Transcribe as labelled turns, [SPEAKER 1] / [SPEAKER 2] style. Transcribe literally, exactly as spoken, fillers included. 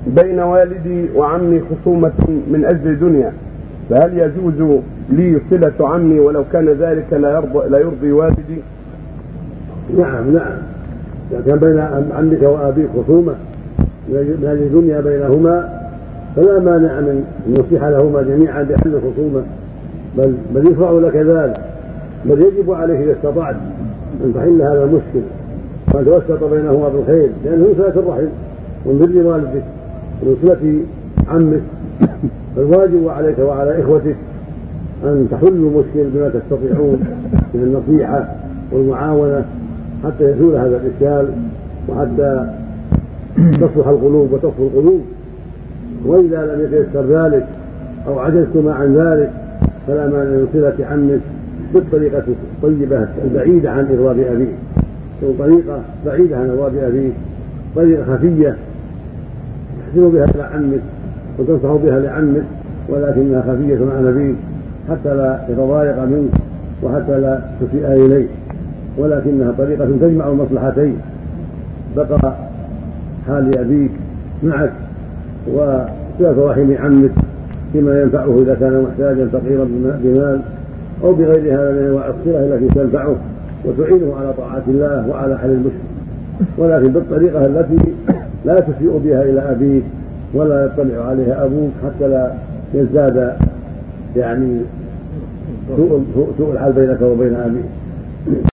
[SPEAKER 1] بين والدي وعمي خصومة من أجل دنيا، فهل يجوز لي صلة عمي ولو كان ذلك لا يرضي, لا يرضي والدي؟
[SPEAKER 2] نعم نعم، إذا كان بين عمك وأبيك خصومة من أجل دنيا بينهما فلا مانع من النصيحة لهما جميعا بحل الخصومة، بل بل يشرع لك ذلك، بل يجب عليك إذا استطعت أن تحل هذا المشكل وأن توسط بينهما بالخير، لأنه من صلة الرحم ومن بر والدك ومن صلة عمك، فالواجب عليك وعلى إخوتك أن تحلوا المشكل بما تستطيعون من النصيحة والمعاونة حتى يزول هذا الإشكال وحتى تصلح القلوب وتصفو القلوب. وإذا لم يتيسر ذلك أو عجزتما عن ذلك فلا مانع من صلة عمك بالطريقة الطيبة البعيدة عن إغضاب أبيك، طريقة بعيدة عن إغضاب أبيك، طريقة خفية تحسن بها إلى عمك وتنصح بها لعمك ولكنها خفية عن أبيك حتى لا يتضايق منك وحتى لا تسيء إليه، ولكنها طريقة تجمع المصلحتين، بقى حال أبيك معك وصلة رحم عمك فيما ينفعه إذا كان محتاجا فقيرا بمال أو بغير هذا من أنواع الصلة التي تنفعه وتعينه على طاعة الله وعلى حل المشكل، ولكن بالطريقة التي لا تسيء بها إلى أبيك ولا يطلع عليها أبوك حتى لا يزداد يعني سوء الحال بينك وبين أبيك.